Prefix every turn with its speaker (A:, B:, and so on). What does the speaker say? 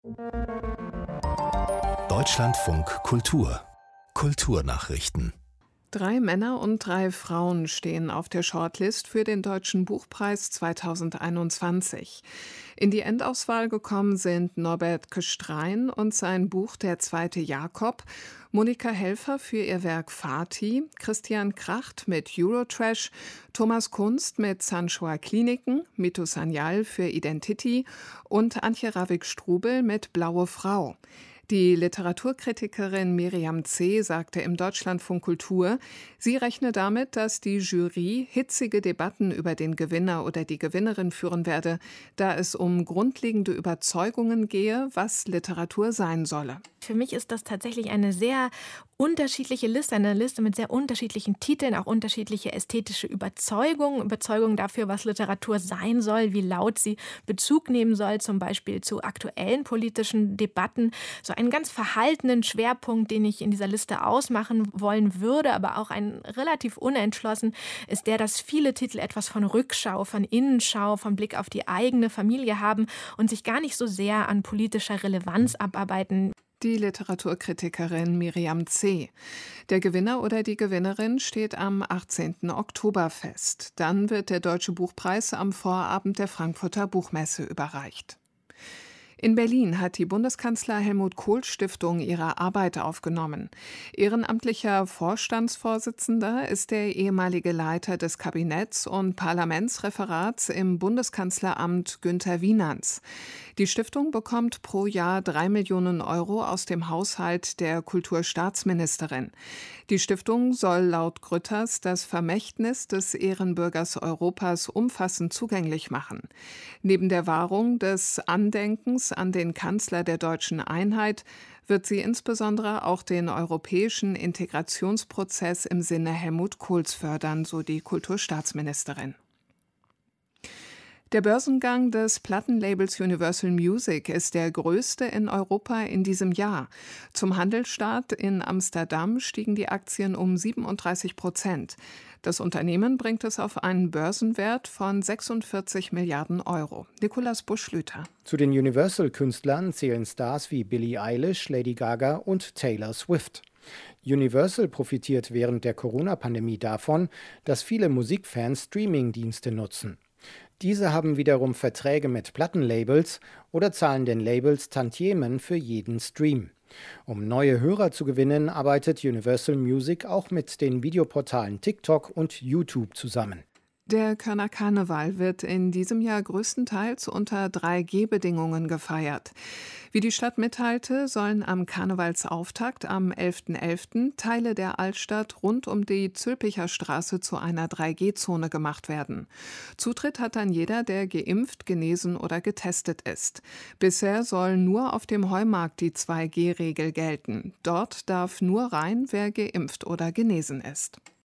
A: Deutschlandfunk Kultur Kulturnachrichten.
B: 3 Männer und 3 Frauen stehen auf der Shortlist für den Deutschen Buchpreis 2021. In die Endauswahl gekommen sind Norbert Gestrein und sein Buch Der zweite Jakob, Monika Helfer für ihr Werk Fatih, Christian Kracht mit Eurotrash, Thomas Kunst mit Sanchoa Kliniken, Mito Sanyal für Identity und Antje Ravik-Strubel mit Blaue Frau. Die Literaturkritikerin Miriam C. sagte im Deutschlandfunk Kultur, sie rechne damit, dass die Jury hitzige Debatten über den Gewinner oder die Gewinnerin führen werde, da es um grundlegende Überzeugungen gehe, was Literatur sein solle.
C: Für mich ist das tatsächlich eine sehr unterschiedliche Liste, eine Liste mit sehr unterschiedlichen Titeln, auch unterschiedliche ästhetische Überzeugungen dafür, was Literatur sein soll, wie laut sie Bezug nehmen soll, zum Beispiel zu aktuellen politischen Debatten. So einen ganz verhaltenen Schwerpunkt, den ich in dieser Liste ausmachen wollen würde, aber auch ein relativ unentschlossen, ist der, dass viele Titel etwas von Rückschau, von Innenschau, vom Blick auf die eigene Familie haben und sich gar nicht so sehr an politischer Relevanz abarbeiten.
B: Die Literaturkritikerin Miriam C. Der Gewinner oder die Gewinnerin steht am 18. Oktober fest. Dann wird der Deutsche Buchpreis am Vorabend der Frankfurter Buchmesse überreicht. In Berlin hat die Bundeskanzler-Helmut-Kohl-Stiftung ihre Arbeit aufgenommen. Ehrenamtlicher Vorstandsvorsitzender ist der ehemalige Leiter des Kabinetts- und Parlamentsreferats im Bundeskanzleramt Günther Wienans. Die Stiftung bekommt pro Jahr 3 Millionen Euro aus dem Haushalt der Kulturstaatsministerin. Die Stiftung soll laut Grütters das Vermächtnis des Ehrenbürgers Europas umfassend zugänglich machen. Neben der Wahrung des Andenkens an den Kanzler der deutschen Einheit wird sie insbesondere auch den europäischen Integrationsprozess im Sinne Helmut Kohls fördern, so die Kulturstaatsministerin. Der Börsengang des Plattenlabels Universal Music ist der größte in Europa in diesem Jahr. Zum Handelsstart in Amsterdam stiegen die Aktien um 37%. Das Unternehmen bringt es auf einen Börsenwert von 46 Milliarden Euro. Nikolaus Busch-Lüther.
D: Zu den Universal-Künstlern zählen Stars wie Billie Eilish, Lady Gaga und Taylor Swift. Universal profitiert während der Corona-Pandemie davon, dass viele Musikfans Streaming-Dienste nutzen. Diese haben wiederum Verträge mit Plattenlabels oder zahlen den Labels Tantiemen für jeden Stream. Um neue Hörer zu gewinnen, arbeitet Universal Music auch mit den Videoportalen TikTok und YouTube zusammen.
B: Der Kölner Karneval wird in diesem Jahr größtenteils unter 3G-Bedingungen gefeiert. Wie die Stadt mitteilte, sollen am Karnevalsauftakt am 11.11. Teile der Altstadt rund um die Zülpicher Straße zu einer 3G-Zone gemacht werden. Zutritt hat dann jeder, der geimpft, genesen oder getestet ist. Bisher soll nur auf dem Heumarkt die 2G-Regel gelten. Dort darf nur rein, wer geimpft oder genesen ist.